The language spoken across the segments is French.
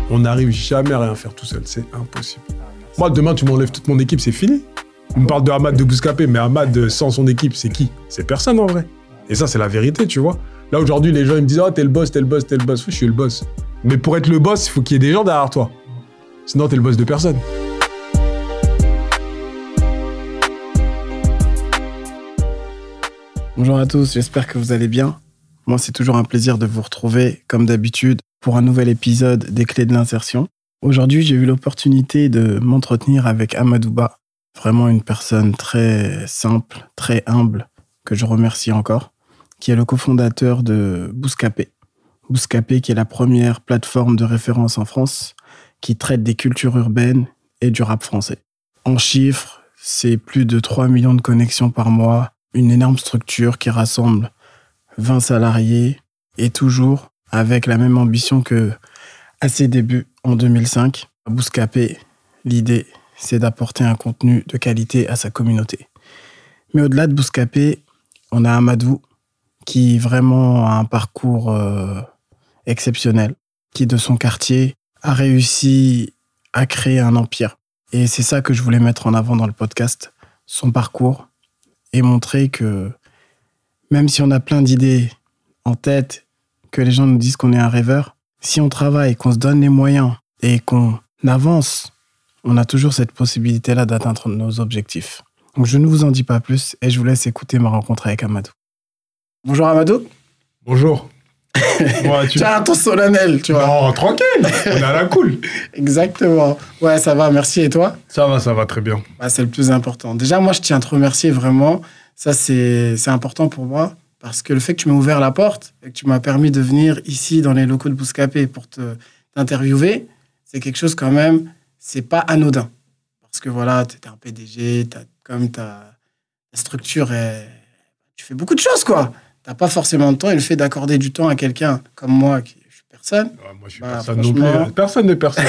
On n'arrive jamais à rien faire tout seul, c'est impossible. Moi, demain, tu m'enlèves toute mon équipe, c'est fini. On me parle de Hamad de Bouscapé, mais Hamad sans son équipe, c'est qui? C'est personne en vrai. Et ça, c'est la vérité, tu vois. Là, aujourd'hui, les gens, ils me disent « Oh, t'es le boss, t'es le boss, t'es le boss. » Je suis le boss. Mais pour être le boss, il faut qu'il y ait des gens derrière toi. Sinon, t'es le boss de personne. Bonjour à tous, j'espère que vous allez bien. Moi, c'est toujours un plaisir de vous retrouver, comme d'habitude, pour un nouvel épisode des Clés de l'insertion. Aujourd'hui, j'ai eu l'opportunité de m'entretenir avec Amadou Ba, vraiment une personne très simple, très humble, que je remercie encore, qui est le cofondateur de Bouscapé. Bouscapé, qui est la première plateforme de référence en France, qui traite des cultures urbaines et du rap français. En chiffres, c'est plus de 3 millions de connexions par mois, une énorme structure qui rassemble 20 salariés et toujours avec la même ambition que à ses débuts en 2005. À Bouscapé, l'idée, c'est d'apporter un contenu de qualité à sa communauté. Mais au-delà de Bouscapé, on a Amadou qui vraiment a un parcours exceptionnel, qui de son quartier a réussi à créer un empire. Et c'est ça que je voulais mettre en avant dans le podcast, son parcours, et montrer que même si on a plein d'idées en tête, que les gens nous disent qu'on est un rêveur, si on travaille, qu'on se donne les moyens et qu'on avance, on a toujours cette possibilité-là d'atteindre nos objectifs. Donc je ne vous en dis pas plus et je vous laisse écouter ma rencontre avec Amadou. Bonjour Amadou. Bonjour. Ouais, tu as un ton solennel, tu vois. Non, tranquille, on est à la cool. Exactement. Ouais, ça va, merci. Et toi? Ça va très bien. Bah, c'est le plus important. Déjà, moi, je tiens à te remercier vraiment. Ça, c'est important pour moi. Parce que le fait que tu m'as ouvert la porte et que tu m'as permis de venir ici dans les locaux de Bouscapé pour t'interviewer, c'est quelque chose quand même, c'est pas anodin. Parce que voilà, tu es un PDG, ta structure, tu fais beaucoup de choses, quoi. Tu n'as pas forcément de temps et le fait d'accorder du temps à quelqu'un comme moi, qui je suis personne. Ouais, moi, je suis personne non plus. Personne n'est personne.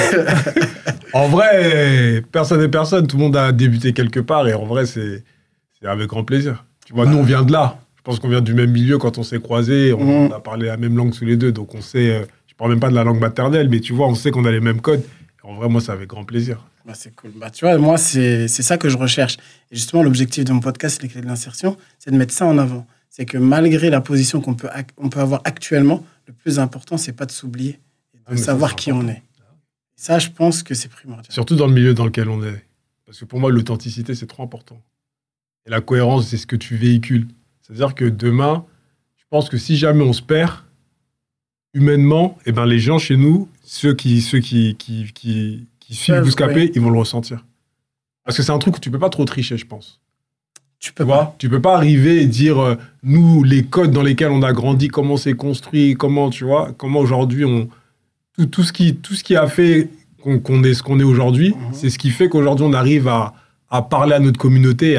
En vrai, personne n'est personne. Tout le monde a débuté quelque part et en vrai, c'est avec grand plaisir. Tu vois, nous, on vient de là. Je pense qu'on vient du même milieu quand on s'est croisés. On a parlé la même langue tous les deux. Donc, on sait... je parle même pas de la langue maternelle, mais tu vois, on sait qu'on a les mêmes codes. Et en vrai, moi, c'est avec grand plaisir. Bah, c'est cool. Bah, tu vois, moi, c'est ça que je recherche. Et justement, l'objectif de mon podcast, Les Clés de l'insertion, c'est de mettre ça en avant. C'est que malgré la position qu'on peut avoir actuellement, le plus important, c'est pas de s'oublier et de savoir qui on est. Et ça, je pense que c'est primordial. Surtout dans le milieu dans lequel on est. Parce que pour moi, l'authenticité, c'est trop important. Et la cohérence, c'est ce que tu véhicules. C'est-à-dire que demain, je pense que si jamais on se perd, humainement, eh ben, les gens chez nous, ceux qui suivent Bouscapé, oui, ils vont le ressentir. Parce que c'est un truc où tu peux pas trop tricher, je pense. Tu peux pas arriver et dire, nous, les codes dans lesquels on a grandi, comment c'est construit, comment aujourd'hui, tout ce qui a fait qu'on est ce qu'on est aujourd'hui, c'est ce qui fait qu'aujourd'hui, on arrive à parler à notre communauté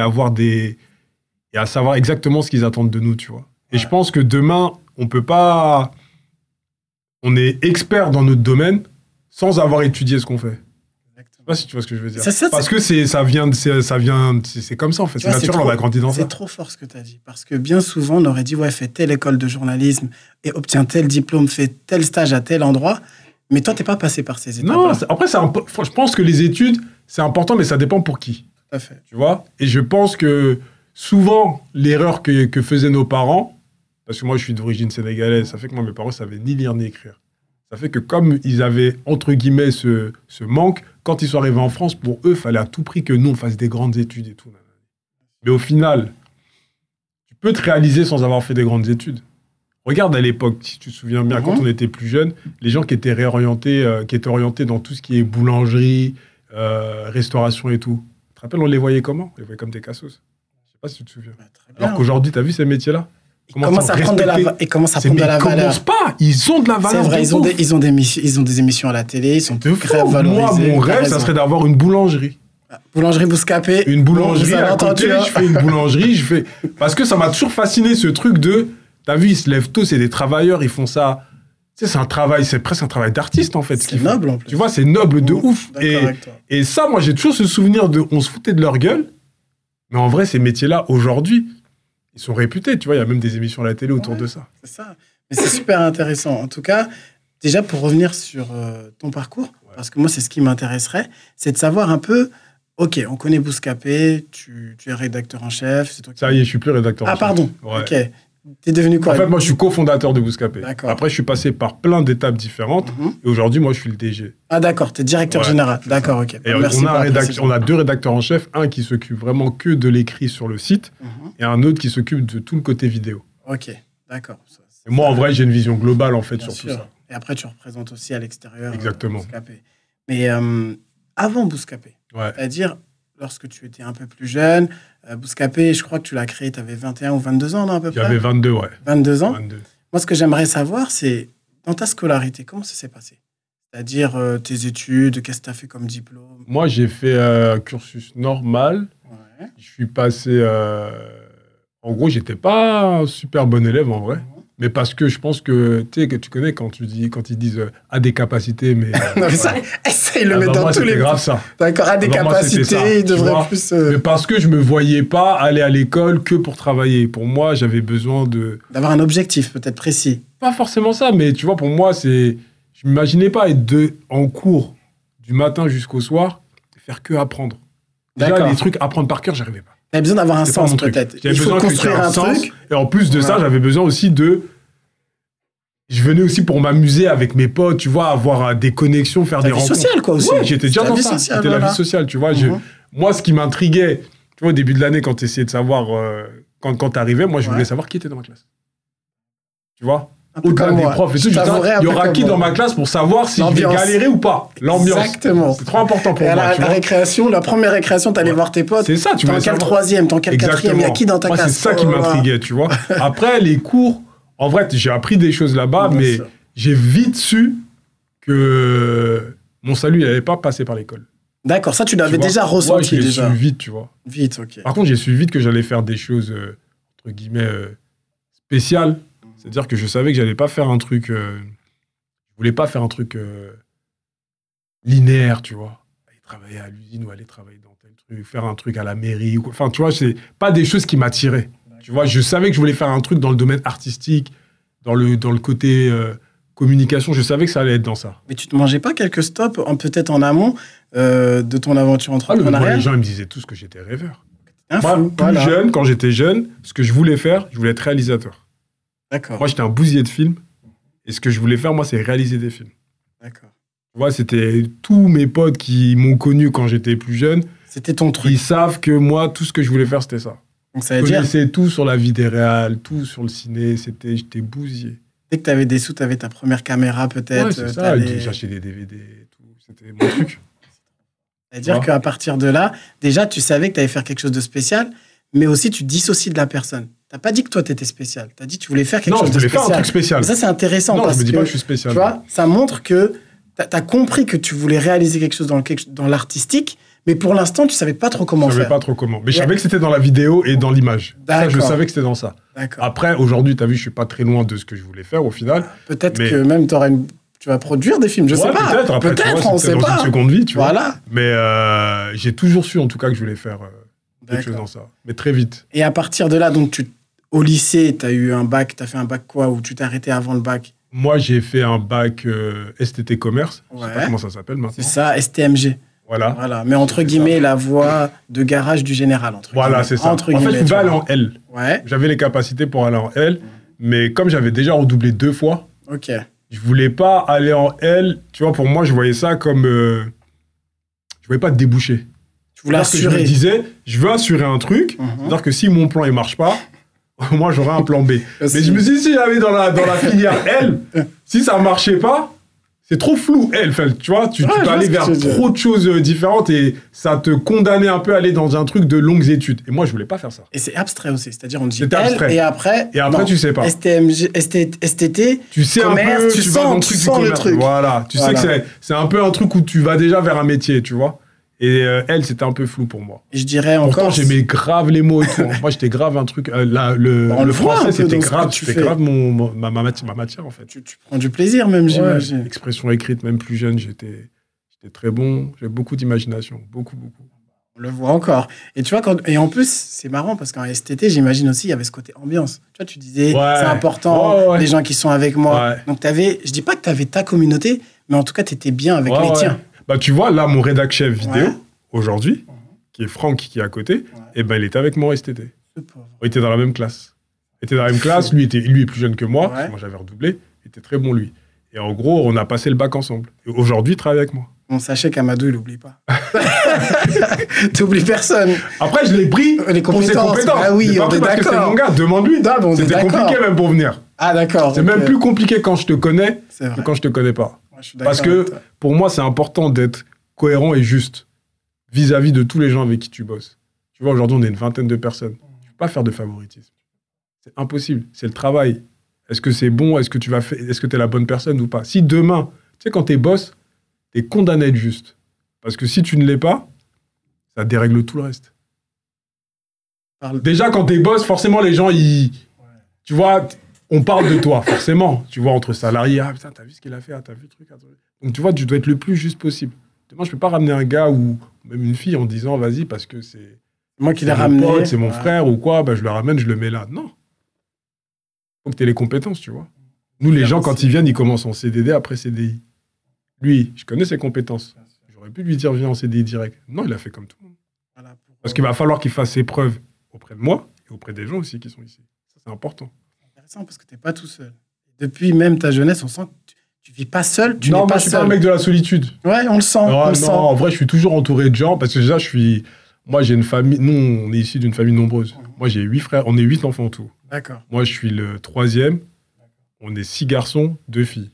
et à savoir exactement ce qu'ils attendent de nous, tu vois. Et je pense que demain, on peut pas... On est expert dans notre domaine sans avoir étudié ce qu'on fait. Je sais pas si tu vois ce que je veux dire. Parce que c'est comme ça, en fait. C'est naturel, on a grandi dans ça. C'est trop fort ce que tu as dit. Parce que bien souvent, on aurait dit, ouais, fais telle école de journalisme et obtiens tel diplôme, fais tel stage à tel endroit. Mais toi, t'es pas passé par ces étapes. Non, après, je pense que les études, c'est important, mais ça dépend pour qui. Tout à fait. Tu vois? Et je pense que souvent, l'erreur que faisaient nos parents, parce que moi, je suis d'origine sénégalaise, ça fait que moi, mes parents ne savaient ni lire ni écrire. Ça fait que comme ils avaient, entre guillemets, ce manque, quand ils sont arrivés en France, pour eux, il fallait à tout prix que nous, on fasse des grandes études et tout. Mais au final, tu peux te réaliser sans avoir fait des grandes études. Regarde à l'époque, si tu te souviens bien, quand on était plus jeunes, les gens qui étaient orientés dans tout ce qui est boulangerie, restauration et tout. Tu te rappelles, on les voyait comment? On les voyait comme des cassos. Je sais pas si tu te souviens. Alors qu'aujourd'hui, tu as vu ces métiers-là? Ils commencent à prendre de la valeur. Ils commencent pas, ils ont de la valeur. C'est vrai, ils ont des émissions à la télé, ils sont très valorisés. Moi, mon rêve, ça serait d'avoir une boulangerie. Boulangerie Bouscapé. Une boulangerie à côté, je fais une boulangerie, Parce que ça m'a toujours fasciné, ce truc de... T'as vu, ils se lèvent tôt, c'est des travailleurs, ils font ça... Tu sais, c'est un travail, c'est presque un travail d'artiste, en fait. C'est noble, en plus. Tu vois, c'est noble de ouf. Et ça, moi, j'ai toujours ce souvenir de... On se foutait de leur gueule, mais en vrai, ces métiers-là, aujourd'hui... Ils sont réputés, tu vois, il y a même des émissions à la télé autour de ça. C'est ça. Mais c'est super intéressant. En tout cas, Déjà, pour revenir sur ton parcours, parce que moi, c'est ce qui m'intéresserait, c'est de savoir un peu, ok, on connaît Bouscapé, tu es rédacteur en chef. C'est toi qui... Ça y est, je suis plus rédacteur en chef. Ah, pardon. Ouais. Ok. T'es devenu quoi? En fait, moi, je suis cofondateur de Bouscapé. D'accord. Après, je suis passé par plein d'étapes différentes. Et aujourd'hui, moi, je suis le DG. Ah, d'accord. T'es directeur général. D'accord, ok. Et on a deux rédacteurs en chef. Un qui s'occupe vraiment que de l'écrit sur le site et un autre qui s'occupe de tout le côté vidéo. Ok, d'accord. Et moi, en vrai, j'ai une vision globale, en fait, sur tout ça. Et après, tu représentes aussi à l'extérieur. Exactement. Bouscapé. Mais avant Bouscapé, Ouais. c'est-à-dire lorsque tu étais un peu plus jeune, Bouscapé, je crois que tu l'as créé, tu avais 21 ou 22 ans, non, à peu près? J'avais 22, ouais. 22 ans. 22. Moi, ce que j'aimerais savoir, c'est dans ta scolarité, comment ça s'est passé? C'est-à-dire tes études, qu'est-ce que tu as fait comme diplôme? Moi, j'ai fait un cursus normal. Ouais. Je suis passé... En gros, j'étais pas un super bon élève, en vrai. Mais parce que je pense que, tu sais, que tu connais quand ils disent à des capacités, mais... non, mais ça, il le met dans tous les... grave ça. D'accord, à des capacités, il devrait plus... Mais parce que je me voyais pas aller à l'école que pour travailler. Pour moi, j'avais besoin d'avoir un objectif peut-être précis. Pas forcément ça, mais tu vois, pour moi, c'est... Je m'imaginais pas être en cours du matin jusqu'au soir et faire que apprendre. Déjà, les trucs apprendre par cœur, j'arrivais pas. T'avais besoin d'avoir un sens, peut-être. Il faut construire un truc. Et en plus de ça, j'avais besoin aussi de... Je venais aussi pour m'amuser avec mes potes, tu vois, avoir des connexions, faire des rencontres. La vie sociale, quoi, aussi. Ouais, j'étais déjà dans ça. C'était la vie sociale, tu vois. Moi, ce qui m'intriguait, tu vois, au début de l'année, quand tu essayais de savoir, quand tu arrivais, moi, je voulais savoir qui était dans ma classe. Tu vois, au-delà des profs et tout, il y aura qui dans ma classe pour savoir si je vais galérer ou pas. L'ambiance. Exactement. C'est trop important pour moi. La récréation, la première récréation, t'allais voir tes potes. C'est ça, tu vois. T'es en quel troisième, t'es en quel quatrième, il y a qui dans ta classe? C'est ça qui m'intriguait, tu vois. Après, les cours, en vrai, j'ai appris des choses là-bas, mais j'ai vite su que mon salut, il n'allait pas passer par l'école. D'accord, ça, tu l'avais déjà ressenti. Ouais, je l'ai su vite, tu vois. Vite, ok. Par contre, j'ai su vite que j'allais faire des choses, entre guillemets, spéciales. C'est-à-dire que je savais que j'allais pas faire un truc... je voulais pas faire un truc linéaire, tu vois. Aller travailler à l'usine ou aller travailler dans tel truc, faire un truc à la mairie. Enfin, tu vois, c'est pas des choses qui m'attiraient. Tu vois, je savais que je voulais faire un truc dans le domaine artistique, dans le côté communication. Je savais que ça allait être dans ça. Mais tu te mangeais pas quelques stops, peut-être en amont, de ton aventure entrepreneuriale? Les gens ils me disaient tous que j'étais rêveur. Moi, plus jeune, quand j'étais jeune, ce que je voulais faire, je voulais être réalisateur. D'accord. Moi, j'étais un bousier de films. Et ce que je voulais faire, moi, c'est réaliser des films. D'accord. Tu vois, c'était tous mes potes qui m'ont connu quand j'étais plus jeune. C'était ton truc. Ils savent que moi, tout ce que je voulais faire, c'était ça. Donc, ça veut dire... Je connaissais tout sur la vie des réals, tout sur le ciné. J'étais bousier. Dès que tu avais des sous, tu avais ta première caméra, peut-être. Ouais, c'est ça. J'achetais des DVD et tout. C'était mon truc. C'est-à-dire qu'à partir de là, déjà, tu savais que tu allais faire quelque chose de spécial, mais aussi tu dissocies de la personne. T'as pas dit que toi, t'étais spécial. T'as dit que tu voulais faire quelque chose de spécial. Non, je voulais faire un truc spécial. Et ça, c'est intéressant. Non, parce je me dis pas que je suis spécial. Tu vois, ça montre que t'as compris que tu voulais réaliser quelque chose dans l'artistique, mais pour l'instant, tu savais pas trop comment faire. Je savais pas trop comment. Mais je savais que c'était dans la vidéo et dans l'image. Ça, je savais que c'était dans ça. Après, aujourd'hui, t'as vu, je suis pas très loin de ce que je voulais faire au final. Peut-être que même tu vas produire des films, je sais pas. Peut-être, on sait pas. Dans une seconde vie, tu vois. Voilà. Mais j'ai toujours su, en tout cas, que je voulais faire quelque chose dans ça. Mais très vite. Et à partir de là, donc, au lycée, tu as eu un bac, tu as fait un bac quoi, ou tu t'es arrêté avant le bac? Moi, j'ai fait un bac STT Commerce. Ouais. Je sais pas comment ça s'appelle maintenant. C'est ça, STMG. Voilà. Mais entre guillemets, la voie de garage du général. Voilà, c'est ça. En fait, je pouvais aller en L. Ouais. J'avais les capacités pour aller en L. Mais comme j'avais déjà redoublé 2 fois, je voulais pas aller en L. Tu vois, pour moi, je voyais ça comme... je voyais pas de débouché. Tu voulais assurer. Je me disais, je veux assurer un truc. C'est-à-dire que si mon plan, il marche pas, moi, j'aurais un plan B. Mais je me suis dit, si j'allais dans la filière L, si ça marchait pas, c'est trop flou, L. Tu vois, tu peux aller vers trop de choses différentes et ça te condamnait un peu à aller dans un truc de longues études. Et moi, je voulais pas faire ça. Et c'est abstrait aussi. C'est-à-dire, on dit L abstrait. Et après, tu sais pas. STMG, STT, tu sais commerce, un peu, tu vas dans le truc. Voilà. Tu sais que c'est un peu un truc où tu vas déjà vers un métier, tu vois. Et elle, c'était un peu flou pour moi. Je dirais encore... Pourtant, j'aimais grave les mots et tout. Moi, j'étais grave un truc... le français, c'était grave. C'était grave ma matière, en fait. Tu prends du plaisir, même, j'imagine. Expression écrite, même plus jeune, j'étais très bon. J'avais beaucoup d'imagination. Beaucoup. On le voit encore. Et tu vois, et en plus, c'est marrant parce qu'en STT, j'imagine aussi, il y avait ce côté ambiance. Tu vois, tu disais, c'est important, les gens qui sont avec moi. Donc, je dis pas que tu avais ta communauté, mais en tout cas, tu étais bien avec les tiens. Bah, tu vois, là, mon rédac chef vidéo, aujourd'hui, qui est Franck, qui est à côté, et ben, il était avec moi en STT. On était dans la même classe. Lui est plus jeune que moi, parce que moi, j'avais redoublé. Il était très bon, lui. Et en gros, on a passé le bac ensemble. Et aujourd'hui, il travaille avec moi. Bon, sachez qu'Amadou, il n'oublie pas. T'oublies personne. Après, je l'ai pris pour ses compétences. Ah oui, on est parce que c'est mon gars, demande-lui. C'était compliqué même pour venir. Ah d'accord. C'est même plus compliqué quand je te connais que quand je te connais pas. Ouais, parce que pour moi, c'est important d'être cohérent et juste vis-à-vis de tous les gens avec qui tu bosses. Tu vois, aujourd'hui, on est une vingtaine de personnes. Tu peux pas faire de favoritisme. C'est impossible. C'est le travail. Est-ce que c'est bon? Est-ce que tu es la bonne personne ou pas? Si demain, tu sais, quand t'es boss, t'es condamné à être juste. Parce que si tu ne l'es pas, ça dérègle tout le reste. Déjà, quand t'es boss, forcément, les gens, tu vois, on parle de toi, forcément. Tu vois, entre salariés, ah putain, t'as vu ce qu'il a fait, t'as vu le truc. Donc, tu vois, tu dois être le plus juste possible. Demain, je peux pas ramener un gars ou même une fille en disant, vas-y, parce que c'est moi qui l'ai ramené. Pote, c'est mon frère ou quoi, bah, je le ramène, je le mets là. Non. Faut que t'aies les compétences, tu vois. Nous, les gens, quand ils viennent, ils commencent en CDD après CDI. Lui, je connais ses compétences. J'aurais pu lui dire, viens en CDI direct. Non, il a fait comme tout le monde. Voilà, parce qu'il va falloir qu'il fasse ses preuves auprès de moi et auprès des gens aussi qui sont ici. Ça, c'est important. C'est intéressant parce que tu n'es pas tout seul. Depuis même ta jeunesse, on sent que tu ne vis pas seul. Non, moi, je suis pas un mec de la solitude. Ouais, on le sent. En vrai, je suis toujours entouré de gens parce que déjà, moi, j'ai une famille. Nous, on est issus d'une famille nombreuse. Moi, j'ai 8 frères. On est 8 enfants en tout. D'accord. Moi, je suis le 3e. On est 6 garçons, 2 filles.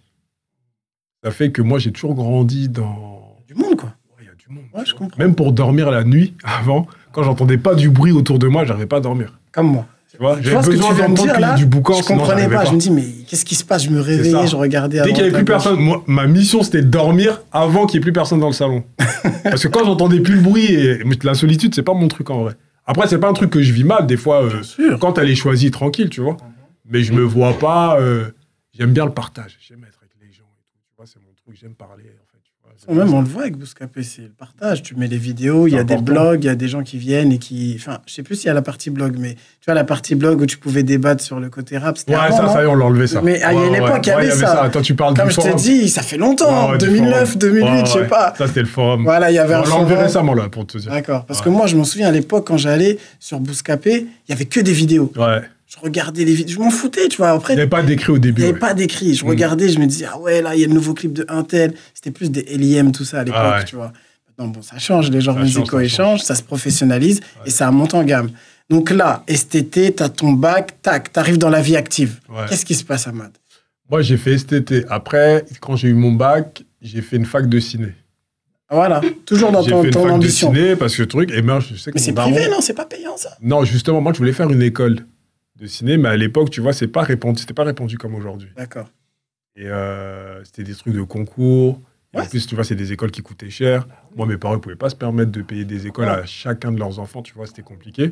Ça fait que moi, j'ai toujours grandi dans... Du monde, quoi. Il y a du monde. Ouais, je comprends. Même pour dormir la nuit, avant, quand j'entendais pas du bruit autour de moi, j'arrivais pas à dormir. Comme moi. Tu vois, j'avais besoin d'entendre du boucan, je comprenais pas. Je me dis, mais qu'est-ce qui se passe? Je me réveillais, je regardais. Dès qu'il n'y avait plus personne, moi, ma mission, c'était de dormir avant qu'il n'y ait plus personne dans le salon. Parce que quand j'entendais plus le bruit, et la solitude, c'est pas mon truc en vrai. Après, c'est pas un truc que je vis mal, des fois, quand elle est choisie, tranquille, tu vois. Mais je me vois pas... J'aime bien le partage. J'aime être avec les gens. Tu vois, c'est mon truc. J'aime parler. En fait, tu vois, même, on le voit avec Bouscapé, c'est le partage. Tu mets les vidéos, il y a des blogs, il y a des gens qui viennent et qui... Enfin, je sais plus s'il y a la partie blog, mais tu vois, la partie blog où tu pouvais débattre sur le côté rap, c'était avant, ça y est, on l'a enlevé, ça. Mais à une époque, il y avait ça. Attends, tu parles comme du forum. Comme je t'ai dit, ça fait longtemps. 2009, 2008, je sais pas. Ça, c'était le forum. Voilà, il y avait un forum. On l'a enlevé récemment, là, pour te dire. D'accord. Parce que moi, je m'en souviens, à l'époque, quand j'allais sur Bouscapé, il y avait que des vidéos. Ouais. Je regardais les vidéos, je m'en foutais, tu vois. Après, il n'y avait pas d'écrit au début. Il n'y avait pas d'écrit. Je regardais, je me disais, ah ouais, là, il y a le nouveau clip de Intel. C'était plus des LIM, tout ça à l'époque, tu vois. Maintenant, bon, ça change, les genres musicaux échangent, ça se professionnalise et ça monte en gamme. Donc là, STT, t'as ton bac, tac, t'arrives dans la vie active. Ouais. Qu'est-ce qui se passe, Ahmad? Moi, j'ai fait STT. Après, quand j'ai eu mon bac, j'ai fait une fac de ciné. Voilà, toujours dans ton ambition. J'ai fait une fac de ciné parce que le truc, et ben, je sais que mais c'est privé, non? C'est pas payant, ça? Non, justement, moi, je voulais faire une école de ciné, mais à l'époque, tu vois, c'était pas répandu comme aujourd'hui. D'accord. Et c'était des trucs de concours. Et en plus, tu vois, c'est des écoles qui coûtaient cher. Moi, mes parents ne pouvaient pas se permettre de payer des écoles à chacun de leurs enfants, tu vois, c'était compliqué.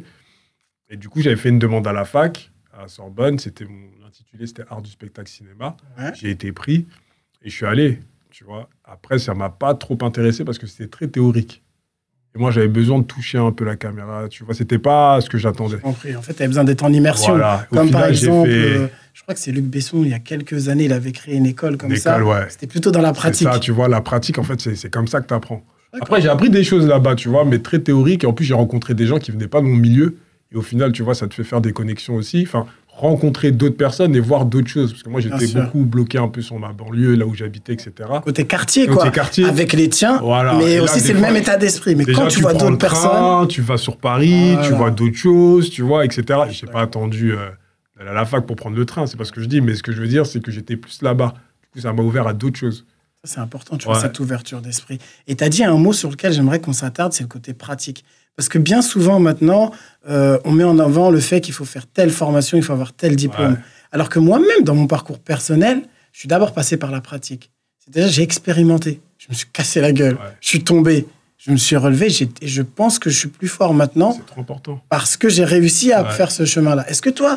Et du coup, j'avais fait une demande à la fac, à Sorbonne. Mon intitulé, c'était Art du spectacle cinéma. Ouais. J'ai été pris et je suis allé, tu vois. Après, ça ne m'a pas trop intéressé parce que c'était très théorique. Et moi, j'avais besoin de toucher un peu la caméra, tu vois. C'était pas ce que j'attendais. J'ai compris. En fait, tu avais besoin d'être en immersion. Voilà. Comme final, par exemple, je crois que c'est Luc Besson, il y a quelques années, il avait créé une école comme ça. Ouais. C'était plutôt dans la pratique. C'est ça, tu vois, la pratique, en fait, c'est comme ça que tu apprends. Après, j'ai appris des choses là-bas, tu vois, mais très théoriques. Et en plus, j'ai rencontré des gens qui venaient pas de mon milieu. Et au final, tu vois, ça te fait faire des connexions aussi. Enfin, rencontrer d'autres personnes et voir d'autres choses. Parce que moi, j'étais beaucoup bloqué un peu sur ma banlieue, là où j'habitais, etc. Côté quartier, quoi. Quartier. Avec les tiens. Voilà. Mais aussi, c'est le même état d'esprit. Mais quand tu vois d'autres personnes... Tu vas sur Paris, tu vois d'autres choses, tu vois, etc. Et je n'ai pas attendu d'aller à la fac pour prendre le train. C'est pas ce que je dis. Mais ce que je veux dire, c'est que j'étais plus là-bas. Du coup, ça m'a ouvert à d'autres choses. C'est important, tu vois, cette ouverture d'esprit. Et tu as dit un mot sur lequel j'aimerais qu'on s'attarde, c'est le côté pratique. Parce que bien souvent, maintenant, on met en avant le fait qu'il faut faire telle formation, il faut avoir tel diplôme. Ouais. Alors que moi-même, dans mon parcours personnel, je suis d'abord passé par la pratique. C'est-à-dire, j'ai expérimenté. Je me suis cassé la gueule. Ouais. Je suis tombé. Je me suis relevé. Et je pense que je suis plus fort maintenant. C'est trop important. Parce que j'ai réussi à faire ce chemin-là. Est-ce que toi...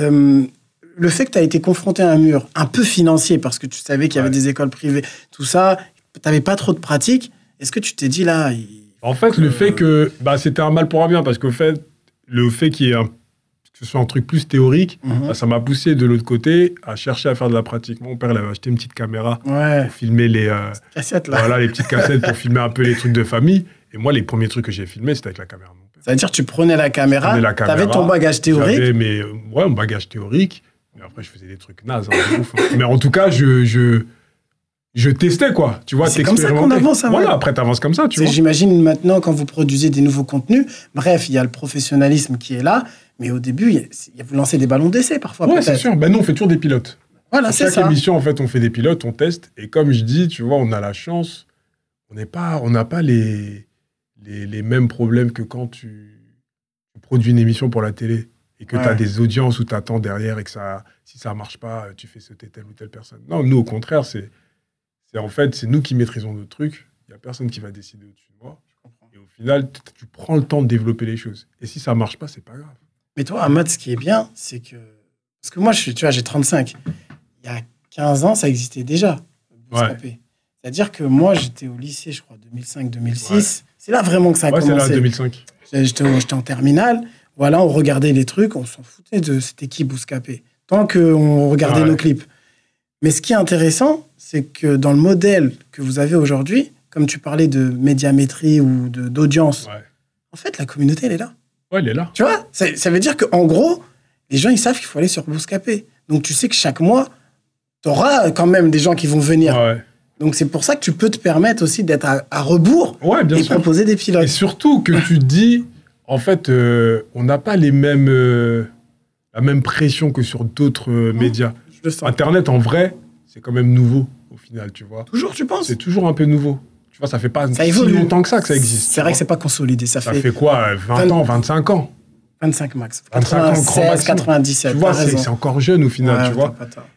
le fait que tu as été confronté à un mur un peu financier, parce que tu savais qu'il y avait des écoles privées, tout ça, tu n'avais pas trop de pratique, est-ce que tu t'es dit là... En fait, le fait que c'était un mal pour un bien, parce qu'au fait, le fait que ce soit un truc plus théorique, ça m'a poussé de l'autre côté à chercher à faire de la pratique. Mon père, il avait acheté une petite caméra pour filmer les cassettes, là. Voilà, les petites cassettes pour filmer un peu les trucs de famille. Et moi, les premiers trucs que j'ai filmés, c'était avec la caméra de mon père. C'est-à-dire que tu prenais la caméra, t'avais ton bagage théorique. J'avais mon bagage théorique. Mais après, je faisais des trucs nazes. Hein, ouf, hein. Mais en tout cas, je testais, quoi. Tu vois, c'est comme ça qu'on avance. Voilà, après, t'avances comme ça, tu vois. J'imagine maintenant, quand vous produisez des nouveaux contenus, bref, il y a le professionnalisme qui est là, mais au début, vous lancez des ballons d'essai parfois, ouais, peut-être. c'est sûr. Nous, on fait toujours des pilotes. Voilà, c'est ça. Chaque émission, en fait, on fait des pilotes, on teste. Et comme je dis, tu vois, on a la chance. On n'a pas les mêmes problèmes que quand tu produis une émission pour la télé et que tu as des audiences où tu attends derrière et que si ça ne marche pas, tu fais sauter telle ou telle personne. Non, nous, au contraire, c'est nous qui maîtrisons notre truc. Il n'y a personne qui va décider au-dessus de moi. Et au final, tu prends le temps de développer les choses. Et si ça ne marche pas, c'est pas grave. Mais toi, Ahmad, ce qui est bien, c'est que... Parce que moi, tu vois, j'ai 35. Il y a 15 ans, ça existait déjà. C'est-à-dire que moi, j'étais au lycée, je crois, 2005-2006. Ouais. C'est là vraiment que ça a commencé. C'est là, 2005. J'étais en terminale. Voilà, on regardait les trucs, on s'en foutait de cette équipe Bouscapé. Tant qu'on regardait nos clips. Mais ce qui est intéressant, c'est que dans le modèle que vous avez aujourd'hui, comme tu parlais de médiamétrie ou d'audience, en fait, la communauté, elle est là. Ouais, elle est là. Tu vois, ça veut dire qu'en gros, les gens, ils savent qu'il faut aller sur Bouscapé. Donc, tu sais que chaque mois, tu auras quand même des gens qui vont venir. Ouais. Donc, c'est pour ça que tu peux te permettre aussi d'être à rebours et proposer des pilotes. Et surtout que tu te dis, en fait, on n'a pas la même pression que sur d'autres médias. Internet, en vrai, c'est quand même nouveau, au final, tu vois. Toujours, tu penses ? C'est toujours un peu nouveau. Tu vois, ça fait pas si longtemps que ça existe. C'est vrai que c'est pas consolidé. Ça fait quoi 20 ans, 25 ans 25 max. 96, 97. Tu vois, c'est encore jeune, au final, tu vois.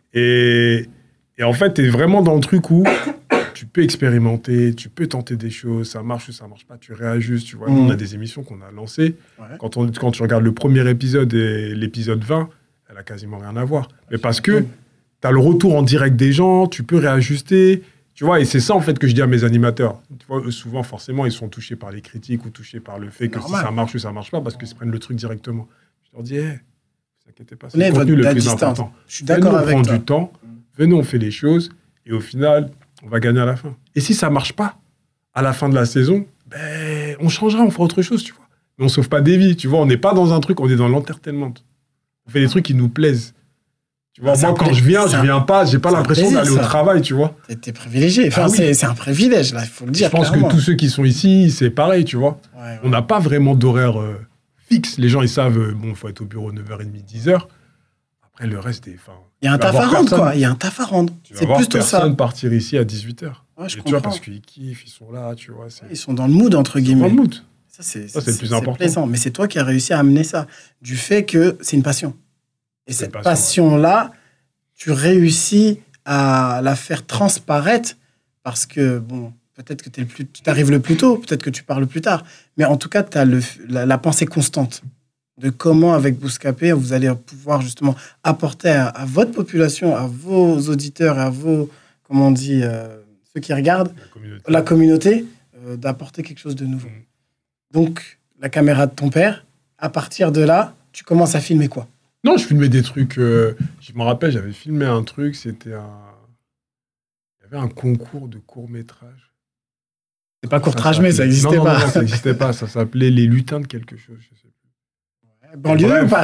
Et en fait, tu es vraiment dans le truc où tu peux expérimenter, tu peux tenter des choses, ça marche ou ça marche pas, tu réajustes, tu vois. Nous, on a des émissions qu'on a lancées. Ouais. Quand tu regardes le premier épisode et l'épisode 20, elle a quasiment rien à voir. Mais parce que tu as le retour en direct des gens, tu peux réajuster, tu vois. Et c'est ça, en fait, que je dis à mes animateurs. Tu vois, eux, souvent, forcément, ils sont touchés par les critiques ou touchés par le fait que si ça marche ou ça marche pas, parce qu'ils se prennent le truc directement. Je leur dis, ne vous inquiétez pas, c'est le contenu le plus important. Je suis d'accord avec toi. On prend du temps, venez, on fait les choses, et au final, on va gagner à la fin. Et si ça marche pas, à la fin de la saison, on changera, on fera autre chose, tu vois. Mais on sauve pas des vies, tu vois. On n'est pas dans un truc, on est dans l'entertainment. On fait des trucs qui nous plaisent. Tu vois, moi, quand je viens pas, j'ai pas l'impression d'aller au travail, tu vois. T'es privilégié. Enfin, c'est un privilège, là, il faut le dire. Je pense que tous ceux qui sont ici, c'est pareil, tu vois. Ouais. On n'a pas vraiment d'horaire fixe. Les gens, ils savent, il faut être au bureau 9h30, 10h. Après, le reste est... Il y a un taf à rendre, quoi. Il y a un taf à rendre. C'est plutôt ça. Personne partir ici à 18h. Ouais, je comprends. Tu vois, parce qu'ils kiffent, ils sont là, tu vois. Ils sont dans le mood, entre guillemets. Dans le mood. Ça, c'est le plus important. Plaisant. Mais c'est toi qui as réussi à amener ça. Du fait que c'est une passion. Et cette passion-là, tu réussis à la faire transparaître parce que, bon, peut-être que tu arrives le plus tôt, peut-être que tu parles plus tard. Mais en tout cas, tu as la pensée constante de comment, avec Bouscapé, vous allez pouvoir justement apporter à votre population, à vos auditeurs, à vos, comment on dit, ceux qui regardent, la communauté d'apporter quelque chose de nouveau. Donc, la caméra de ton père, à partir de là, tu commences à filmer quoi ? Non, je filmais des trucs. Je me rappelle, j'avais filmé un truc, il y avait un concours de court-métrage. C'est pas court-métrage, mais ça n'existait pas. Non, ça n'existait pas. Ça s'appelait Les Lutins de quelque chose, je sais plus. Banlieue ou Paris ?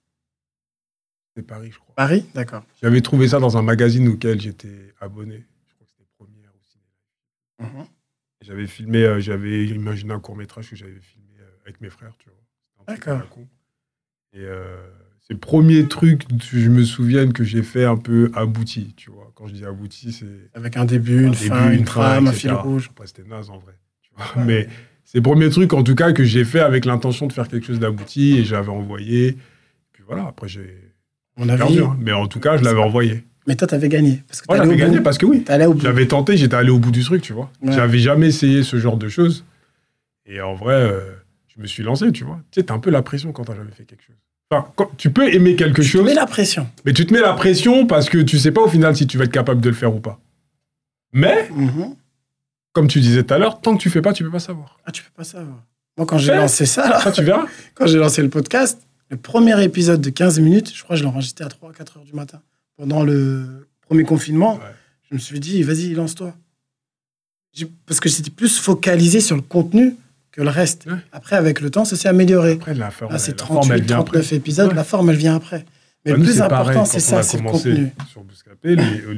C'est Paris, je crois. Paris, d'accord. J'avais trouvé ça dans un magazine auquel j'étais abonné. Je crois que c'était Première aussi. J'avais filmé, j'avais imaginé un court-métrage que j'avais filmé avec mes frères, tu vois. D'accord. Et c'est le premier truc, je me souviens, que j'ai fait un peu abouti, tu vois. Quand je dis abouti, c'est... Avec un début, une fin, une trame, un fil rouge. Après, c'était naze, en vrai. Tu vois. Mais c'est le premier truc, en tout cas, que j'ai fait avec l'intention de faire quelque chose d'abouti, et j'avais envoyé. Puis voilà, après, j'ai... On a perdu, hein. Mais en tout cas, je l'avais envoyé. Mais toi, t'avais gagné. Parce que j'avais gagné parce que oui. J'avais tenté, j'étais allé au bout du truc, tu vois. Ouais. J'avais jamais essayé ce genre de choses. Et en vrai, je me suis lancé, tu vois. Tu sais, t'as un peu la pression quand t'as jamais fait quelque chose. Enfin, tu peux aimer quelque chose. Tu te mets la pression. Mais tu te mets la pression parce que tu sais pas au final si tu vas être capable de le faire ou pas. Mais, comme tu disais tout à l'heure, tant que tu fais pas, tu peux pas savoir. Ah, tu peux pas savoir. Moi, quand j'ai lancé ça, là, Ça, tu verras. quand j'ai lancé le podcast, le premier épisode de 15 minutes, je crois que je l'ai enregistré à 3-4 heures du matin. Pendant le premier confinement, je me suis dit, vas-y, lance-toi. Parce que j'étais plus focalisé sur le contenu que le reste. Ouais. Après, avec le temps, ça s'est amélioré. Après, la forme, là, c'est 38, 39 épisodes, la forme, elle vient après. Mais le plus important, c'est ça, c'est le contenu. Sur Bouscapé,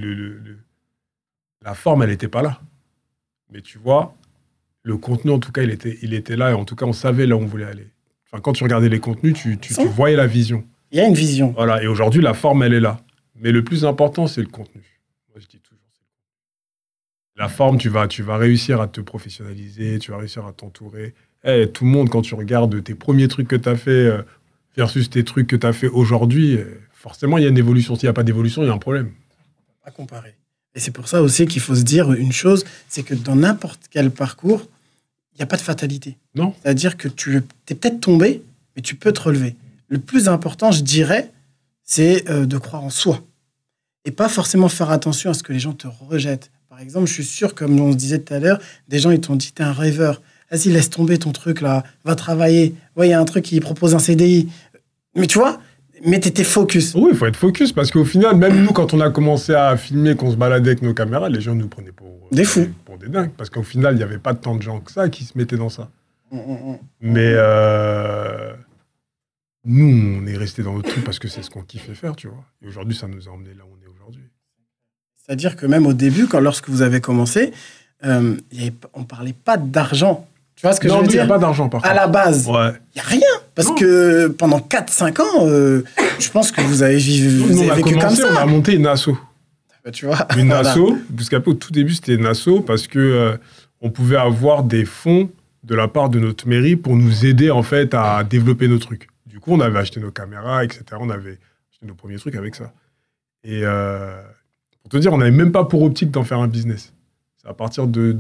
la forme, elle n'était pas là. Mais tu vois, le contenu, en tout cas, il était là. Et en tout cas, on savait là où on voulait aller. Enfin, quand tu regardais les contenus, tu voyais la vision. Il y a une vision. Voilà. Et aujourd'hui, la forme, elle est là. Mais le plus important, c'est le contenu. Moi, je dis toujours. La forme, tu vas réussir à te professionnaliser, tu vas réussir à t'entourer. Tout le monde, quand tu regardes tes premiers trucs que tu as fait versus tes trucs que tu as fait aujourd'hui, forcément, il y a une évolution. S'il n'y a pas d'évolution, il y a un problème. À comparer. Et c'est pour ça aussi qu'il faut se dire une chose, c'est que dans n'importe quel parcours, il n'y a pas de fatalité. Non. C'est-à-dire que tu es peut-être tombé, mais tu peux te relever. Le plus important, je dirais, c'est de croire en soi. Et pas forcément faire attention à ce que les gens te rejettent. Par exemple, je suis sûr, comme on se disait tout à l'heure, des gens ils t'ont dit, t'es un rêveur. Vas-y, laisse tomber ton truc là, va travailler. Ouais, il y a un truc qui propose un CDI. Mais tu vois, mais t'étais focus. Oui, il faut être focus parce qu'au final, même nous, quand on a commencé à filmer, qu'on se baladait avec nos caméras, les gens nous prenaient pour des fous. Pour des dingues. Parce qu'au final, il n'y avait pas tant de gens que ça qui se mettaient dans ça. Mais nous, on est restés dans notre truc parce que c'est ce qu'on kiffait faire, tu vois. Et aujourd'hui, ça nous a emmenés là où on est aujourd'hui. C'est-à-dire que même au début, lorsque vous avez commencé, on ne parlait pas d'argent. Tu vois ce que je veux dire ? Non, il n'y a pas d'argent, par contre. À la base, il n'y a rien. Parce que pendant 4-5 ans, je pense que vous avez vécu comme ça. On a monté une asso. Tu vois, une asso. Bouscapé, au tout début, c'était une asso parce que on pouvait avoir des fonds de la part de notre mairie pour nous aider, en fait, à développer nos trucs. Du coup, on avait acheté nos caméras, etc. On avait acheté nos premiers trucs avec ça. Et... pour te dire, on n'avait même pas pour optique d'en faire un business. C'est à partir de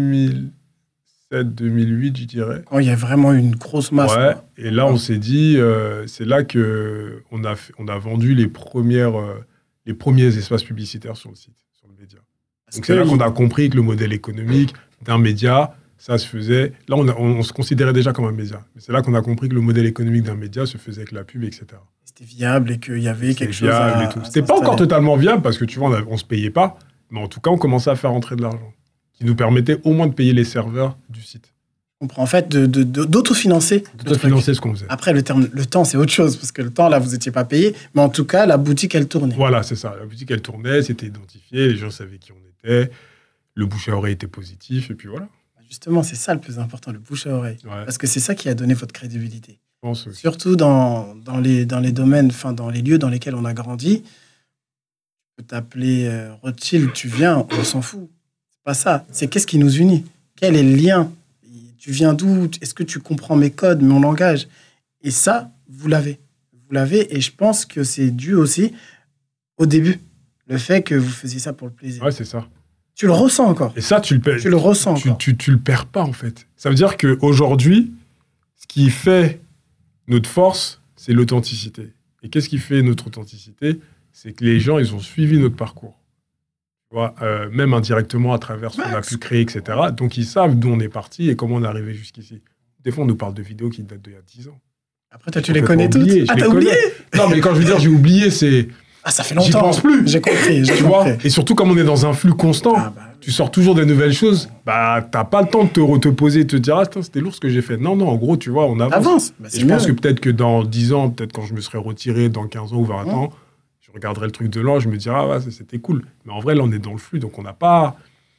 2007-2008, je dirais. Quand il y a vraiment une grosse masse. Ouais. Et là, on s'est dit, c'est là qu'on a vendu les premiers espaces publicitaires sur le site, sur le média. Donc c'est là qu'on a compris que le modèle économique d'un média, ça se faisait... Là, on se considérait déjà comme un média. Mais c'est là qu'on a compris que le modèle économique d'un média se faisait avec la pub, etc. C'était viable et qu'il y avait quelque chose à... C'était pas encore totalement viable parce que, tu vois, on se payait pas. Mais en tout cas, on commençait à faire entrer de l'argent qui nous permettait au moins de payer les serveurs du site. On prend en fait d'autofinancer. D'autofinancer ce qu'on faisait. Après, le temps, c'est autre chose parce que le temps, là, vous n'étiez pas payé. Mais en tout cas, la boutique, elle tournait. Voilà, c'est ça. La boutique, elle tournait, c'était identifié, les gens savaient qui on était, le bouche à oreille était positif, et puis voilà. Justement, c'est ça le plus important, le bouche à oreille. Ouais. Parce que c'est ça qui a donné votre crédibilité. Je pense aussi. Surtout dans les domaines, enfin, dans les lieux dans lesquels on a grandi. Tu peux t'appeler Rothschild, tu viens, on s'en fout. C'est pas ça. C'est qu'est-ce qui nous unit ? Quel est le lien ? Tu viens d'où ? Est-ce que tu comprends mes codes, mon langage ? Et ça, vous l'avez. Vous l'avez, et je pense que c'est dû aussi au début. Le fait que vous faisiez ça pour le plaisir. Ouais, c'est ça. Tu le ressens encore. Et ça, tu le ressens encore. Tu le perds pas, en fait. Ça veut dire qu'aujourd'hui, ce qui fait notre force, c'est l'authenticité. Et qu'est-ce qui fait notre authenticité ? C'est que les gens, ils ont suivi notre parcours. Tu vois, même indirectement à travers ce qu'on a pu créer, etc. Donc, ils savent d'où on est parti et comment on est arrivé jusqu'ici. Des fois, on nous parle de vidéos qui datent d'il y a 10 ans. Après, toi, tu les connais toutes ? Ah, t'as oublié ? Non, mais quand je veux dire j'ai oublié, c'est... Ah, ça fait longtemps. J'y pense plus. J'ai compris. Tu vois ? Et surtout, comme on est dans un flux constant, tu sors toujours des nouvelles choses, t'as pas le temps de te poser et de te dire « Ah, c'était lourd ce que j'ai fait. » Non, en gros, tu vois, on avance. Et je pense que peut-être que dans 10 ans, peut-être quand je me serai retiré, dans 15 ans ou 20 ans, je regarderai le truc de là, je me dirai « Ah, ouais, c'était cool. » Mais en vrai, là, on est dans le flux, donc on n'a pas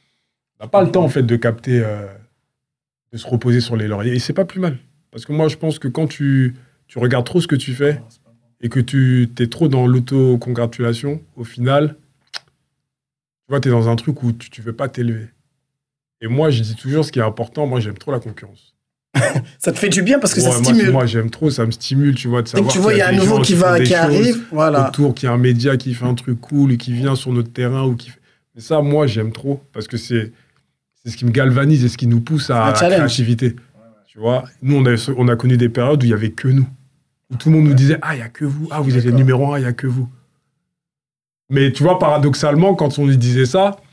le temps, en fait, de capter, de se reposer sur les lauriers. Et c'est pas plus mal. Parce que moi, je pense que quand tu regardes trop ce que tu fais et que tu es trop dans l'autocongratulation, au final, tu vois, tu es dans un truc où tu veux pas t'élever. Et moi, je dis toujours, ce qui est important, moi, j'aime trop la concurrence. Ça te fait du bien parce que ça stimule. Moi, j'aime trop, ça me stimule, tu vois, de savoir tu vois, il y a un nouveau qui arrive, voilà. Autour, qu'il y a un média qui fait un truc cool et qui vient sur notre terrain. Mais ça, moi, j'aime trop parce que c'est ce qui me galvanise et ce qui nous pousse à la créativité. Tu vois, nous, on a connu des périodes où il n'y avait que nous. Où tout le monde nous disait « Ah, il n'y a que vous. Ah, vous êtes les numéro 1, il n'y a que vous. » Mais tu vois, paradoxalement, quand on lui disait ça,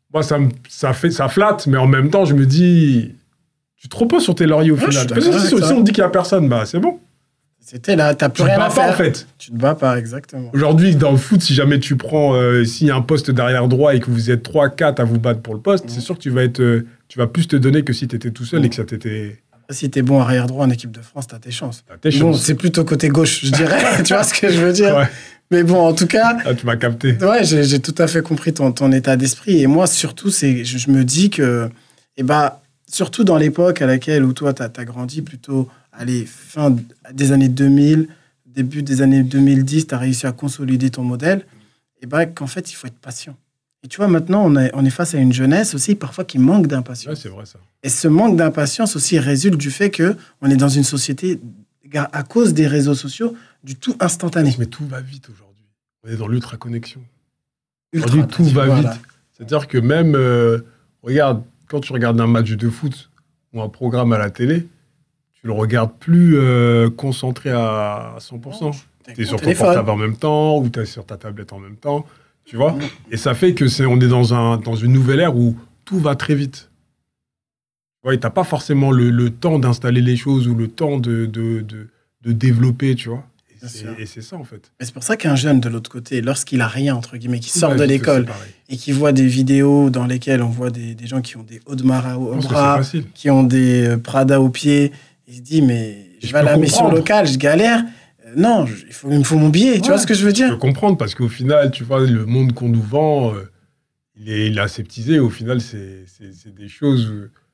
moi, ça flatte, mais en même temps, je me dis, tu te reposes sur tes lauriers au final. Parce que si on dit qu'il n'y a personne, bah, c'est bon. C'était là, t'as plus rien à faire. Tu te bats pas, en fait. Tu te bats pas, exactement. Aujourd'hui, dans le foot, si jamais tu prends, s'il y a un poste derrière droit et que vous êtes 3-4 à vous battre pour le poste, c'est sûr que tu vas plus te donner que si tu étais tout seul et que ça t'était... Si t'es bon arrière droit en équipe de France, t'as tes chances. Bon, c'est plutôt côté gauche, je dirais. Tu vois ce que je veux dire? Ouais. Mais bon, en tout cas... Ah, tu m'as capté. Ouais, j'ai tout à fait compris ton état d'esprit. Et moi, surtout, je me dis que... surtout dans l'époque à laquelle où toi, t'as grandi, plutôt, fin des années 2000, début des années 2010, t'as réussi à consolider ton modèle, qu'en fait, il faut être patient. Et tu vois, maintenant, on est face à une jeunesse aussi, parfois, qui manque d'impatience. Ouais, c'est vrai, ça. Et ce manque d'impatience aussi résulte du fait qu'on est dans une société, à cause des réseaux sociaux, du tout instantané. Mais tout va vite aujourd'hui. On est dans l'ultra-connexion. Aujourd'hui, tout va vite. C'est-à-dire que même, regarde, quand tu regardes un match de foot ou un programme à la télé, tu le regardes plus concentré à 100%. Tu es sur ton portable en même temps ou tu es sur ta tablette en même temps. Tu vois? Et ça fait que on est dans une nouvelle ère où tout va très vite. Tu n'as pas forcément le temps d'installer les choses ou le temps de développer, tu vois. Et c'est ça, en fait. Mais c'est pour ça qu'un jeune, de l'autre côté, lorsqu'il a rien, entre guillemets, qui sort de l'école et qui voit des vidéos dans lesquelles on voit des gens qui ont des Audemars au bras, qui ont des Prada aux pieds, il se dit, mais je vais à la mission locale, je galère. Non, il me faut mon billet, tu vois ce que je veux dire? Je peux comprendre, parce qu'au final, tu vois, le monde qu'on nous vend, il est aseptisé. Au final, c'est des choses...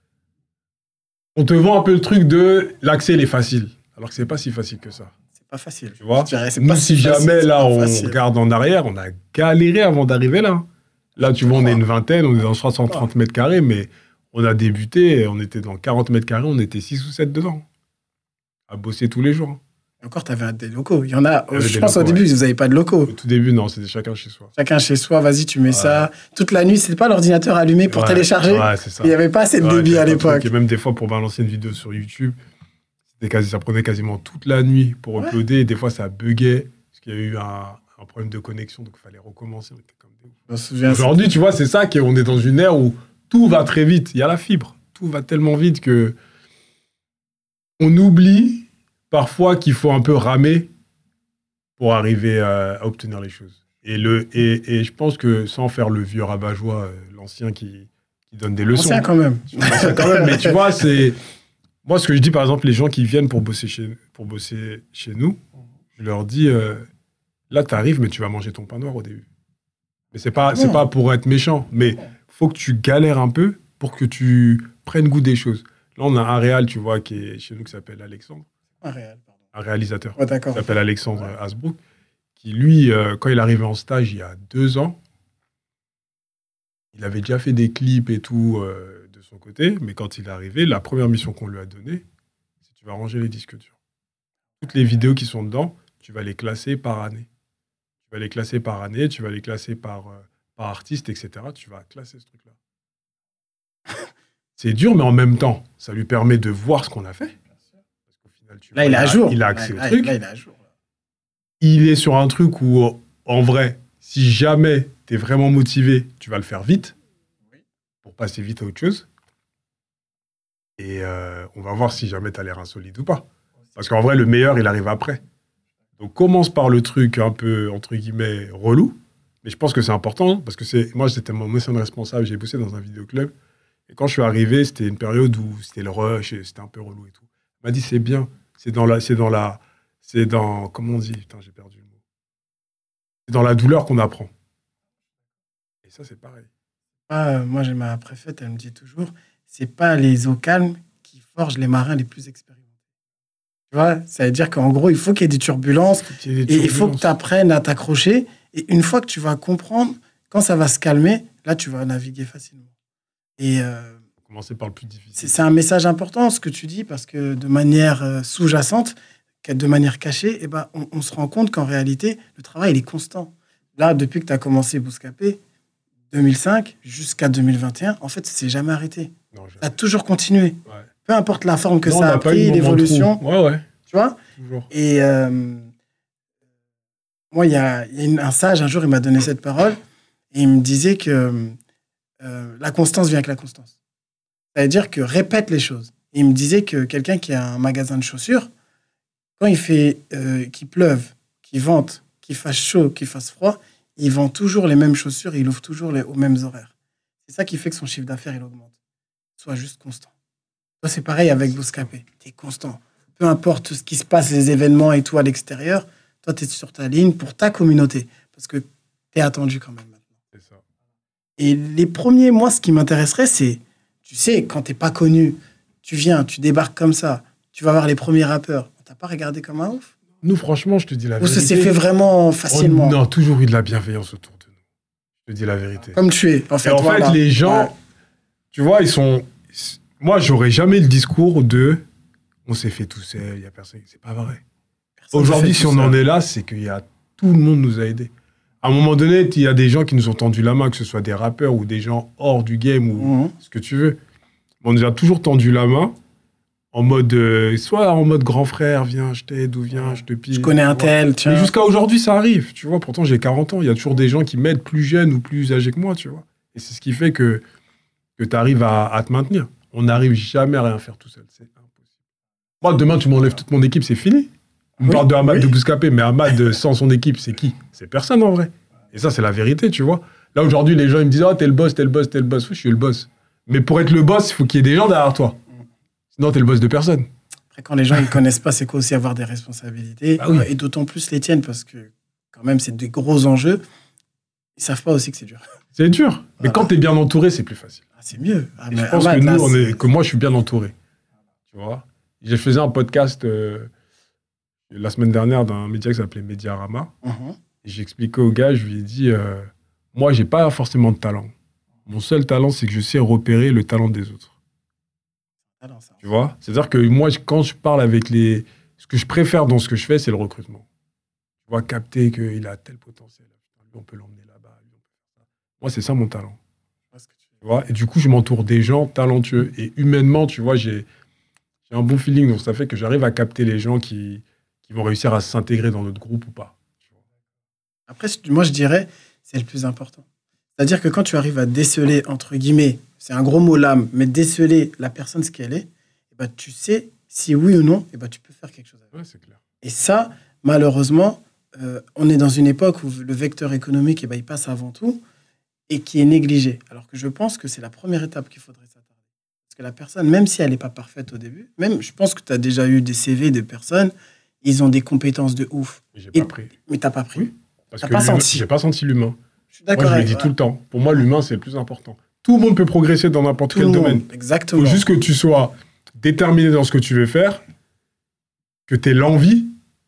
On te vend un peu le truc de l'accès, il est facile. Alors que c'est pas si facile que ça. C'est pas facile. Tu vois? Nous, si jamais, là, on regarde en arrière, on a galéré avant d'arriver là. Là, tu vois, on est une vingtaine, on est dans 330 mètres carrés, mais on a débuté, on était dans 40 mètres carrés, on était 6 ou 7 dedans. À bosser tous les jours. Encore, tu avais des locaux. Il y en a, je pense, au début, vous n'avez pas de locaux. Au tout début, non, c'était chacun chez soi. Chacun chez soi, vas-y, tu mets ça. Toute la nuit, c'était pas l'ordinateur allumé pour télécharger. Ouais, c'est ça. Il n'y avait pas assez de débit à l'époque. Et même des fois, pour balancer une vidéo sur YouTube, ça prenait quasiment toute la nuit pour uploader. Et des fois, ça buguait, parce qu'il y a eu un problème de connexion, donc il fallait recommencer. On était comme des... Aujourd'hui, tu vois, c'est ça qu'on est dans une ère où tout va très vite. Il y a la fibre. Tout va tellement vite que on oublie parfois qu'il faut un peu ramer pour arriver à obtenir les choses. Et je pense que sans faire le vieux rabat-joie, l'ancien qui donne des leçons. Ancien quand même. Mais tu vois, c'est... Moi, ce que je dis, par exemple, les gens qui viennent pour bosser chez nous, je leur dis, là, tu arrives, mais tu vas manger ton pain noir au début. Mais c'est pas pour être méchant, mais faut que tu galères un peu pour que tu prennes goût des choses. Là, on a un réal, tu vois, qui est chez nous, qui s'appelle Alexandre. Un réalisateur. Ouais, d'accord. Qui s'appelle Alexandre Hasbrook, qui, lui, quand il est arrivé en stage il y a 2 ans, il avait déjà fait des clips et tout de son côté, mais quand il est arrivé, la première mission qu'on lui a donnée, c'est tu vas ranger les disques durs. Toutes les vidéos qui sont dedans, tu vas les classer par année. Tu vas les classer par année, tu vas les classer par artiste, etc. Tu vas classer ce truc-là. C'est dur, mais en même temps, ça lui permet de voir ce qu'on a fait. Parce qu'au final, là, il est à jour. Il a accès au truc. Là, il est à jour. Il est sur un truc où, en vrai, si jamais tu es vraiment motivé, tu vas le faire vite pour passer vite à autre chose. Et on va voir si jamais tu as l'air insolite ou pas. Parce qu'en vrai, le meilleur, il arrive après. Donc, commence par le truc un peu, entre guillemets, relou. Mais je pense que c'est important parce que moi, j'étais mon ancien responsable, j'ai bossé dans un vidéoclub. Et quand je suis arrivé, c'était une période où c'était le rush et c'était un peu relou et tout. Il m'a dit, c'est bien. Comment on dit? Putain, j'ai perdu le mot. C'est dans la douleur qu'on apprend. Et ça, c'est pareil. Moi, j'ai ma préfète, elle me dit toujours, c'est pas les eaux calmes qui forgent les marins les plus expérimentés. Tu vois, ça veut dire qu'en gros, il faut qu'il y ait des turbulences. Et il faut que tu apprennes à t'accrocher. Et une fois que tu vas comprendre, quand ça va se calmer, là, tu vas naviguer facilement. Et commencer par le plus difficile. C'est un message important, ce que tu dis, parce que de manière sous-jacente, de manière cachée, on se rend compte qu'en réalité, le travail, il est constant. Là, depuis que tu as commencé Bouscapé, 2005 jusqu'à 2021, en fait, ça s'est jamais arrêté. Ça a toujours continué. Ouais. Peu importe la forme que ça a pris, l'évolution. Ouais. Tu vois? Toujours. Et moi, il y a un sage, un jour, il m'a donné cette parole, et il me disait que la constance vient avec la constance. Ça veut dire que répète les choses. Et il me disait que quelqu'un qui a un magasin de chaussures, quand il fait qu'il pleuve, qu'il vente, qu'il fasse chaud, qu'il fasse froid, il vend toujours les mêmes chaussures et il ouvre toujours aux mêmes horaires. C'est ça qui fait que son chiffre d'affaires, il augmente. Sois juste constant. Toi, c'est pareil avec Bouscapé. Tu es constant. Peu importe ce qui se passe, les événements et tout à l'extérieur, toi, tu es sur ta ligne pour ta communauté. Parce que tu es attendu quand même maintenant. C'est ça. Et les premiers mois, ce qui m'intéresserait, c'est, tu sais, quand tu n'es pas connu, tu viens, tu débarques comme ça, tu vas voir les premiers rappeurs. On t'a pas regardé comme un ouf? Nous, franchement, je te dis la Ou vérité. ça s'est fait vraiment facilement? On a toujours eu de la bienveillance autour de nous. Je te dis la vérité. Comme tu es, en fait. Et en voilà. fait, les gens, tu vois, ils sont... Moi, j'aurais jamais le discours de « on s'est fait tout seul, il n'y a personne ». C'est pas vrai. Personne Aujourd'hui, ne fait si tout on en seul. est là, c'est que tout le monde nous a aidés. À un moment donné, il y a des gens qui nous ont tendu la main, que ce soit des rappeurs ou des gens hors du game ou ce que tu veux. On nous a toujours tendu la main en mode, soit en mode grand frère, viens, je t'aide, ou viens, je te pille. Je connais un tu vois. tel, tiens. Mais jusqu'à aujourd'hui, ça arrive, tu vois. Pourtant, j'ai 40 ans. Il y a toujours des gens qui m'aident plus jeunes ou plus âgés que moi, tu vois. Et c'est ce qui fait que tu arrives à te maintenir. On n'arrive jamais à rien faire tout seul. C'est impossible. Moi, demain, tu m'enlèves toute mon équipe, c'est fini. On parle de Hamad de Bouscapé, mais Hamad, sans son équipe, c'est qui? C'est personne, en vrai. Et ça, c'est la vérité, tu vois. Là, aujourd'hui, les gens, ils me disent « Ah, t'es le boss, t'es le boss, t'es le boss. » Oui, je suis le boss. Mais pour être le boss, il faut qu'il y ait des gens derrière toi. Sinon, t'es le boss de personne. Après, quand les gens ne connaissent pas, c'est quoi aussi avoir des responsabilités. Bah oui. Et d'autant plus les tiennes, parce que quand même, c'est des gros enjeux. Ils ne savent pas aussi que c'est dur. C'est dur. Mais quand t'es bien entouré, c'est plus facile. Ah, c'est mieux. Ah, Et mais je pense Hamad, que, là, que moi, je suis bien entouré. Tu vois. J'ai fait un podcast la semaine dernière d'un média qui s'appelait Mediarama. Et j'expliquais au gars, je lui ai dit, moi, j'ai pas forcément de talent. Mon seul talent, c'est que je sais repérer le talent des autres. Tu vois? C'est-à-dire que moi, quand je parle avec les... Ce que je préfère dans ce que je fais, c'est le recrutement. Tu vois, capter qu'il a tel potentiel. Lui, on peut l'emmener là-bas. Moi, c'est ça mon talent. Tu vois? Et du coup, je m'entoure des gens talentueux. Et humainement, tu vois, j'ai un bon feeling. Donc, ça fait que j'arrive à capter les gens qui vont réussir à s'intégrer dans notre groupe ou pas. Après, moi, je dirais, c'est le plus important. C'est-à-dire que quand tu arrives à déceler, entre guillemets, c'est un gros mot l'âme, mais déceler la personne ce qu'elle est, et ben, tu sais si oui ou non, et ben, tu peux faire quelque chose avec. Ouais, c'est clair. Et ça, malheureusement, on est dans une époque où le vecteur économique, et ben, il passe avant tout et qui est négligé. Alors que je pense que c'est la première étape qu'il faudrait s'attarder. Parce que la personne, même si elle n'est pas parfaite au début, même je pense que tu as déjà eu des CV de personnes, ils ont des compétences de ouf. J'ai pas pris. Mais tu n'as pas pris. Oui. Parce T'as que pas senti. j'ai pas senti l'humain. Je suis d'accord. Moi, je le dis tout le temps. Pour moi, l'humain, c'est le plus important. Tout le monde peut progresser dans n'importe quel domaine. Exactement. Il faut juste que tu sois déterminé dans ce que tu veux faire, que tu aies l'envie,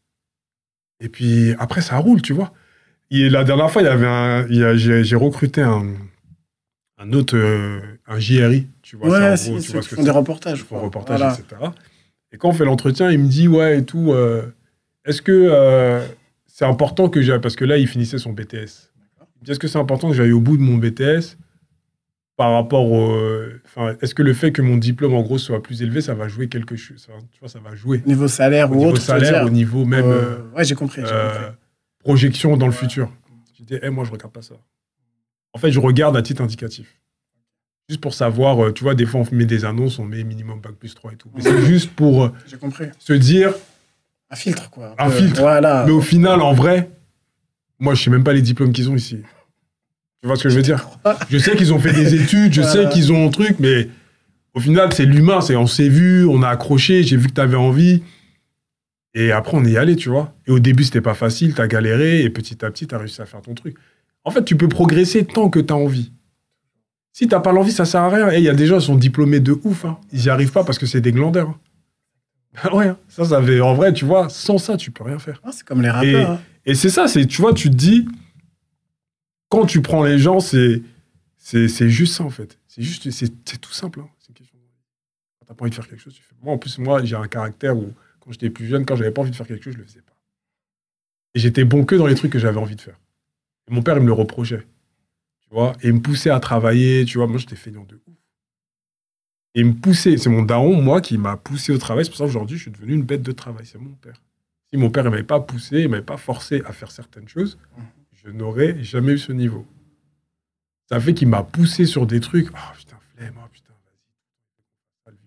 et puis après, ça roule, tu vois. Et la dernière fois, j'ai recruté un autre, un JRI, tu vois. Ouais, c'est en gros, c'est tu vois ceux ce qui que font des reportages. Ils font reportage, Voilà. etc. Et quand on fait l'entretien, il me dit, ouais, et tout, est-ce que c'est important que j'aille... Parce que là, il finissait son BTS. Il me dit, est-ce que c'est important que j'aille au bout de mon BTS par rapport au... est-ce que le fait que mon diplôme, en gros, soit plus élevé, ça va jouer quelque chose? Tu vois, ça va jouer. Niveau salaire Au ou niveau autre, salaire, au niveau même... ouais, j'ai compris. projection dans le futur. Je dis, moi, je regarde pas ça. En fait, je regarde à titre indicatif. Juste pour savoir, tu vois, des fois, on met des annonces, on met minimum bac plus 3 et tout. Mais c'est juste pour J'ai compris. se dire... Un filtre, quoi. Un filtre. Voilà. Mais au final, en vrai, moi, je sais même pas les diplômes qu'ils ont ici. Tu vois ce que je veux dire? Je sais qu'ils ont fait des études, je sais qu'ils ont un truc, mais au final, c'est l'humain. On s'est vu, on a accroché, j'ai vu que tu avais envie. Et après, on est allé, tu vois. Et au début, c'était pas facile, tu as galéré, et petit à petit, tu as réussi à faire ton truc. En fait, tu peux progresser tant que tu as envie. Si t'as pas l'envie, ça sert à rien. Et il y a des gens qui sont diplômés de ouf. Hein. Ils n'y arrivent pas parce que c'est des glandeurs. Hein. Ouais, hein. Ça avait... En vrai, tu vois, sans ça, tu peux rien faire. Ah, c'est comme les rappeurs. Et c'est ça, tu vois, tu te dis, quand tu prends les gens, c'est juste ça, en fait. C'est tout simple. Hein. C'est une question. Quand t'as pas envie de faire quelque chose, tu fais. Moi, en plus, j'ai un caractère où, quand j'étais plus jeune, quand j'avais pas envie de faire quelque chose, je le faisais pas. Et j'étais bon que dans les trucs que j'avais envie de faire. Et mon père, il me le reprochait. Tu vois, et il me poussait à travailler, tu vois. Moi, j'étais feignant de ouf. Et il me poussait. C'est mon daron, moi, qui m'a poussé au travail. C'est pour ça qu'aujourd'hui, je suis devenu une bête de travail. C'est mon père. Si mon père ne m'avait pas poussé, il ne m'avait pas forcé à faire certaines choses, je n'aurais jamais eu ce niveau. Ça fait qu'il m'a poussé sur des trucs. Oh putain, flemme, oh putain, vas-y.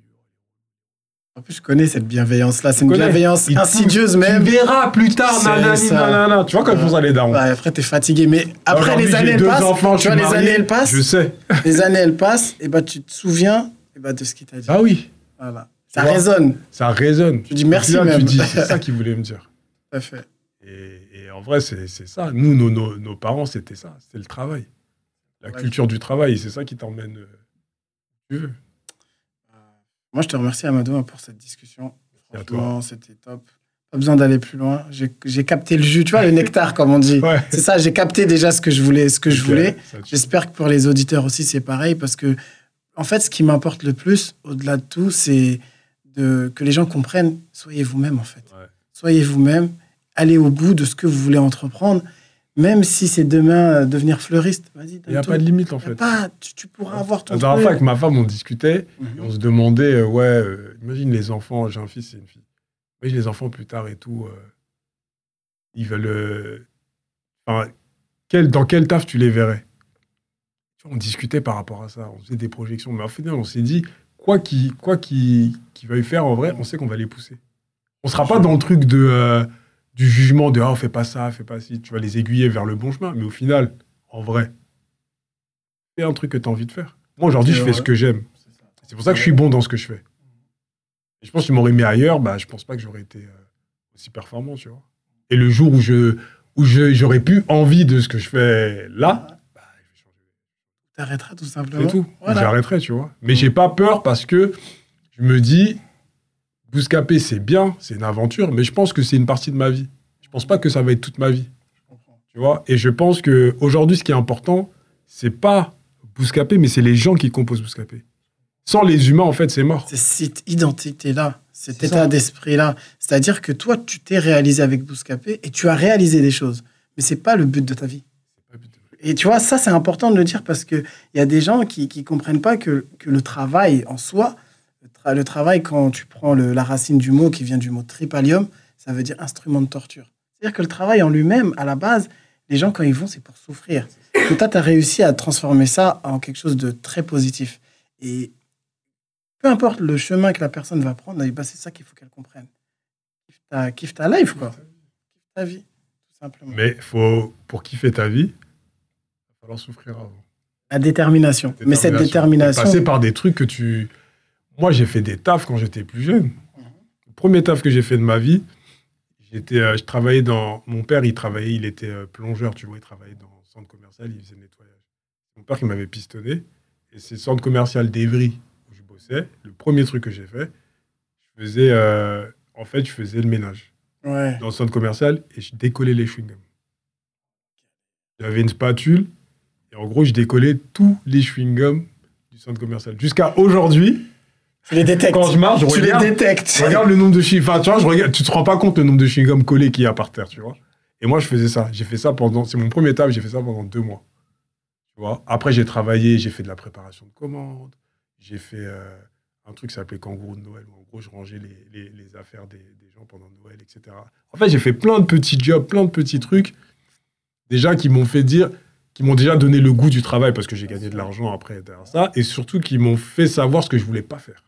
En plus, je connais cette bienveillance-là. C'est Tu une connais. bienveillance Il insidieuse pousse. même. Tu verras plus tard, C'est nanani, ça. nanana. Tu vois quand ils font ça, les darons. Ouais, après, t'es fatigué. Mais après, Aujourd'hui, les années, j'ai elles deux passent. enfants, je Tu vois, suis les marié, années, elles passent. Je sais. Les années, elles passent. Et bah, tu te souviens de ce qu'il t'a dit. Ah oui, Voilà. Ça vois. résonne. ça résonne. Tu dis merci Là, même. tu dis, c'est ça qu'il voulait me dire. Tout à fait. Et en vrai, c'est ça. Nous, nos parents, c'était ça. C'était le travail. La Ouais. culture du travail. C'est ça qui t'emmène. Tu veux. Moi, je te remercie, Amadou, hein, pour cette discussion. à toi. Franchement, c'était top. Pas besoin d'aller plus loin. J'ai capté le jus, tu vois, le nectar, comme on dit. Ouais. C'est ça, j'ai capté déjà ce que je voulais. Ok, ça, J'espère que pour les auditeurs aussi, c'est pareil, parce que, en fait, ce qui m'importe le plus, au-delà de tout, c'est que les gens comprennent, soyez vous-même, en fait. Ouais. Soyez vous-même, allez au bout de ce que vous voulez entreprendre, même si c'est demain devenir fleuriste. Vas-y, Il n'y a pas de limite, en fait. Tu pourras avoir ton La dernière truc. fois, avec ma femme, on discutait. Et Mhm. on se demandait, imagine les enfants, j'ai un fils et une fille. Imagine les enfants plus tard et tout, ils veulent. Dans quel taf tu les verrais? Tu vois, on discutait par rapport à ça, on faisait des projections, mais au final, on s'est dit, quoi qu'ils veuillent faire, en vrai, on sait qu'on va les pousser. On sera pas dans le truc du jugement de fais pas ça, fais pas ci. Tu vas les aiguiller vers le bon chemin, mais au final, en vrai, fais un truc que tu as envie de faire. Moi, aujourd'hui, je fais ce que j'aime. C'est pour ça que je suis bon dans ce que je fais. Et je pense que tu m'aurais mis ailleurs, je pense pas que j'aurais été aussi performant, tu vois. Et le jour où j'aurais plus envie de ce que je fais là, je vais changer. T'arrêteras tout simplement. C'est tout. Voilà. J'arrêterai, tu vois. Mais j'ai pas peur parce que je me dis, Bouscapé, c'est bien, c'est une aventure, mais je pense que c'est une partie de ma vie. Je pense pas que ça va être toute ma vie. Tu vois. Et je pense qu'aujourd'hui, ce qui est important, c'est pas Bouscapé, mais c'est les gens qui composent Bouscapé. Sans les humains, en fait, c'est mort. C'est cette identité-là, cet C'est état ça. d'esprit-là. C'est-à-dire que toi, tu t'es réalisé avec Bouscapé et tu as réalisé des choses. Mais c'est pas le but de ta vie. Et tu vois, ça, c'est important de le dire parce qu'il y a des gens qui comprennent pas que le travail en soi, le travail, quand tu prends la racine du mot qui vient du mot tripalium, ça veut dire instrument de torture. C'est-à-dire que le travail en lui-même, à la base, les gens, quand ils vont, c'est pour souffrir. Et toi, tu as réussi à transformer ça en quelque chose de très positif. Et peu importe le chemin que la personne va prendre, c'est ça qu'il faut qu'elle comprenne. Kiffe ta life, quoi. Kiffe ta vie, tout simplement. Mais pour kiffer ta vie, il va falloir souffrir avant. La détermination. Mais cette détermination... Passer par des trucs que tu... Moi, j'ai fait des tafs quand j'étais plus jeune. Le premier taf que j'ai fait de ma vie, je travaillais dans... Mon père, il était plongeur, tu vois, il travaillait dans le centre commercial, il faisait le nettoyage. Mon père qui m'avait pistonné, et c'est le centre commercial d'Evry où je bossais. Le premier truc que j'ai fait, je faisais le ménage Ouais. dans le centre commercial et je décollais les chewing-gums. J'avais une spatule et en gros, je décollais tous les chewing-gums du centre commercial. Jusqu'à aujourd'hui, Tu les détectes. quand je marche, Tu les détectes. je regarde le nombre de chewing-gums. Enfin, tu vois, tu te rends pas compte le nombre de chewing-gums collés qu'il y a par terre, tu vois. Et moi, je faisais ça. J'ai fait ça c'est mon premier taf, j'ai fait ça pendant 2 mois. Tu vois. Après, j'ai travaillé, j'ai fait de la préparation de commandes. J'ai fait un truc qui s'appelait Kangourou de Noël, où en gros, je rangeais les affaires des gens pendant Noël, etc. En fait, j'ai fait plein de petits jobs, plein de petits trucs, déjà qui m'ont déjà donné le goût du travail, parce que j'ai gagné de l'argent après derrière ça, et surtout qui m'ont fait savoir ce que je voulais pas faire.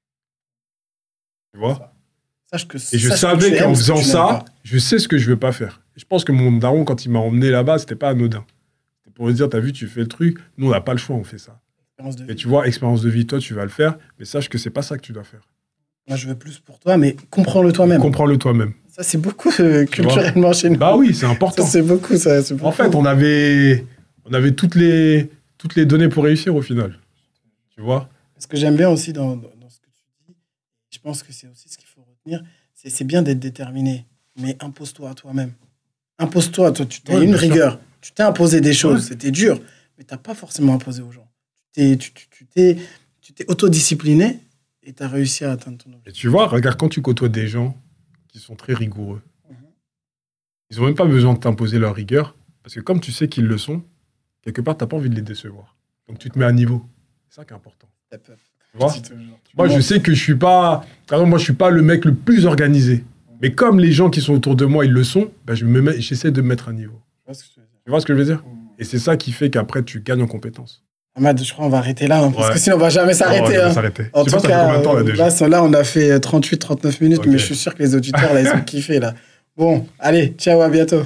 Tu vois. Et je savais qu'en faisant ça, je sais ce que je veux pas faire. Et je pense que mon daron, quand il m'a emmené là-bas, c'était pas anodin. C'était pour lui dire, t'as vu, tu fais le truc, nous, on n'a pas le choix, on fait ça. Et tu vois, expérience de vie, toi, tu vas le faire, mais sache que c'est pas ça que tu dois faire. Moi, je veux plus pour toi, mais comprends-le toi-même. Comprends-le toi-même. Ça, c'est beaucoup culturellement chez nous. Bah oui, c'est important. Ça, c'est beaucoup, ça. C'est beaucoup. En fait, on avait toutes les données pour réussir au final. Tu vois. Ce que j'aime bien aussi dans ce que tu dis, je pense que c'est aussi ce qu'il faut retenir, c'est bien d'être déterminé, mais impose-toi à toi-même. Impose-toi, toi, tu as une rigueur. Tu t'es imposé des choses, c'était dur, mais tu n'as pas forcément imposé aux gens. Tu t'es autodiscipliné et tu as réussi à atteindre ton objectif. Et tu vois, regarde, quand tu côtoies des gens qui sont très rigoureux, ils n'ont même pas besoin de t'imposer leur rigueur, parce que comme tu sais qu'ils le sont, quelque part, tu n'as pas envie de les décevoir. Donc tu te mets à niveau. C'est ça qui est important. Tu vois. Moi, je sais que je suis pas... Par exemple, moi, je suis pas le mec le plus organisé. Mais comme les gens qui sont autour de moi, ils le sont, j'essaie de me mettre à niveau. Tu vois ce que je veux dire ? Et c'est ça qui fait qu'après, tu gagnes en compétences. Ahmad, je crois qu'on va arrêter là, parce que sinon on va jamais On s'arrêter. va s'arrêter. En Je sais tout pas, ça fait combien de temps, là, déjà là, on a fait 38-39 minutes, Ok. mais je suis sûr que les auditeurs, là, ils ont kiffé, là. Bon, allez, ciao, à bientôt.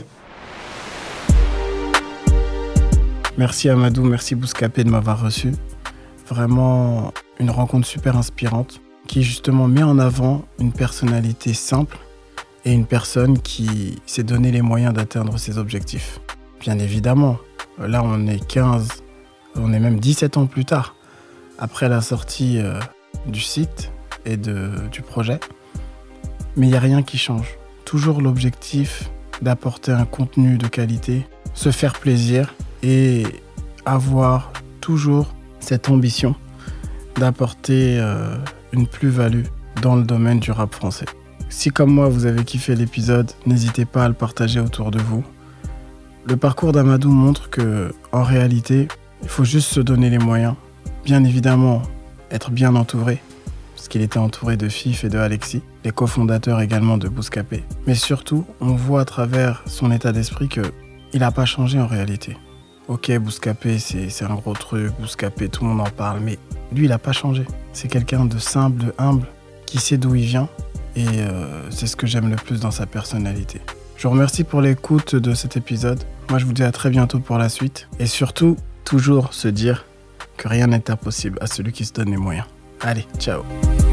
Merci Amadou, merci Bouscapé de m'avoir reçu. Vraiment une rencontre super inspirante qui justement met en avant une personnalité simple et une personne qui s'est donné les moyens d'atteindre ses objectifs. Bien évidemment, là on est 15, on est même 17 ans plus tard, après la sortie du site et du projet. Mais il n'y a rien qui change. Toujours l'objectif d'apporter un contenu de qualité, se faire plaisir et avoir toujours cette ambition d'apporter une plus-value dans le domaine du rap français. Si comme moi vous avez kiffé l'épisode, n'hésitez pas à le partager autour de vous. Le parcours d'Amadou montre que, en réalité, il faut juste se donner les moyens. Bien évidemment, être bien entouré, parce qu'il était entouré de Fif et de Alexis, les cofondateurs également de Bouscapé. Mais surtout, on voit à travers son état d'esprit qu'il n'a pas changé en réalité. Ok, Bouscapé, c'est un gros truc, Bouscapé, tout le monde en parle, mais lui, il n'a pas changé. C'est quelqu'un de simple, de humble, qui sait d'où il vient, et c'est ce que j'aime le plus dans sa personnalité. Je vous remercie pour l'écoute de cet épisode. Moi, je vous dis à très bientôt pour la suite. Et surtout, toujours se dire que rien n'est impossible à celui qui se donne les moyens. Allez, ciao.